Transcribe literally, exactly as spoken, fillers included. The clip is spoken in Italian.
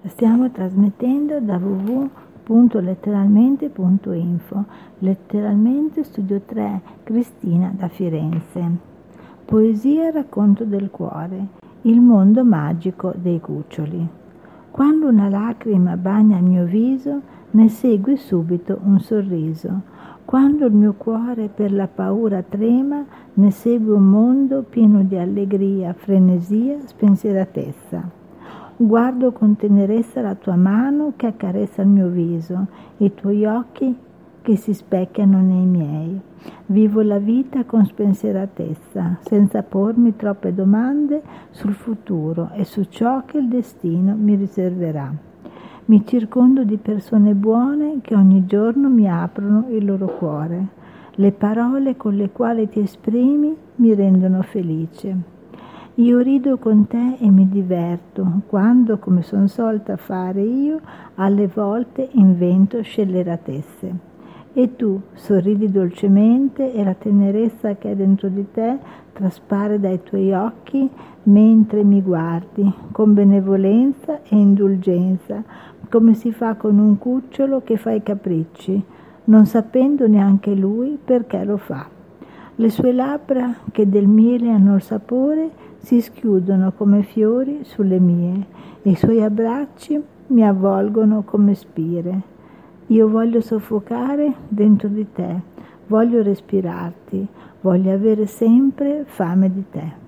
Stiamo trasmettendo da w w w punto letteralmente punto info, letteralmente studio tre, Cristina da Firenze. Poesia e racconto del cuore, il mondo magico dei cuccioli. Quando una lacrima bagna il mio viso, ne segue subito un sorriso. Quando il mio cuore per la paura trema, ne segue un mondo pieno di allegria, frenesia, spensieratezza. Guardo con tenerezza la tua mano che accarezza il mio viso, i tuoi occhi che si specchiano nei miei. Vivo la vita con spensieratezza, senza pormi troppe domande sul futuro e su ciò che il destino mi riserverà. Mi circondo di persone buone che ogni giorno mi aprono il loro cuore. Le parole con le quali ti esprimi mi rendono felice. Io rido con te e mi diverto, quando, come son solita fare io, alle volte invento scelleratezze. E tu sorridi dolcemente e la tenerezza che è dentro di te traspare dai tuoi occhi mentre mi guardi, con benevolenza e indulgenza, come si fa con un cucciolo che fa i capricci, non sapendo neanche lui perché lo fa. Le sue labbra, che del miele hanno il sapore, si schiudono come fiori sulle mie e i suoi abbracci mi avvolgono come spire. Io voglio soffocare dentro di te, voglio respirarti, voglio avere sempre fame di te.